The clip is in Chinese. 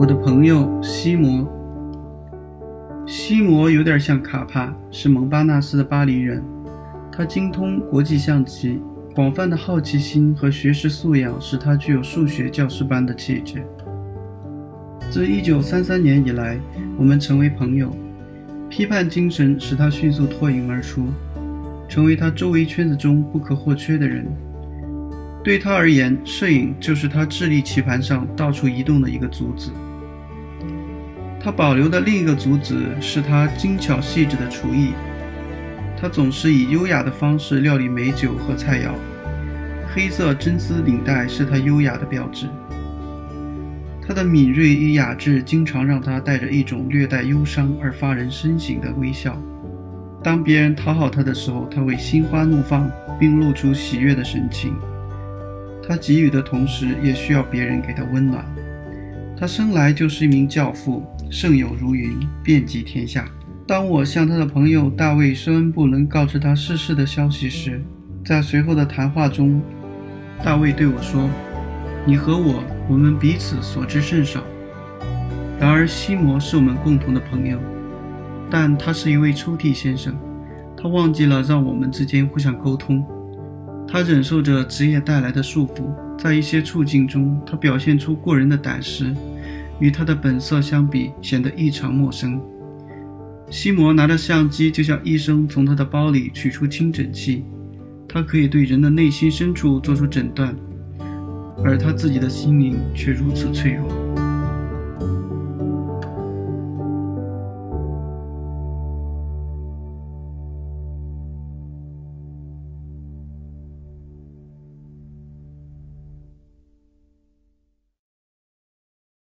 我的朋友西摩。西摩有点像卡帕，是蒙巴纳斯的巴黎人。他精通国际象棋，广泛的好奇心和学识素养使他具有数学教师般的气质。自1933年以来，我们成为朋友，批判精神使他迅速脱颖而出，成为他周围圈子中不可或缺的人。对他而言，摄影就是他智力棋盘上到处移动的一个族子。他保留的另一个族子是他精巧细致的厨艺。他总是以优雅的方式料理美酒和菜肴，黑色真丝领带是他优雅的标志。他的敏锐与雅致经常让他带着一种略带忧伤而发人深省的微笑。当别人讨好他的时候，他会心花怒放，并露出喜悦的神情。他给予的同时也需要别人给他温暖。他生来就是一名教父，圣友如云，遍及天下。当我向他的朋友大卫·舍恩布伦告知他逝世的消息时，在随后的谈话中，大卫对我说：“你和我们彼此所知甚少。然而西摩是我们共同的朋友，但他是一位抽屉先生，他忘记了让我们之间互相沟通。他忍受着职业带来的束缚，在一些处境中，他表现出过人的胆识，与他的本色相比，显得异常陌生。西摩拿着相机，就像医生从他的包里取出清诊器，他可以对人的内心深处做出诊断，而他自己的心灵却如此脆弱。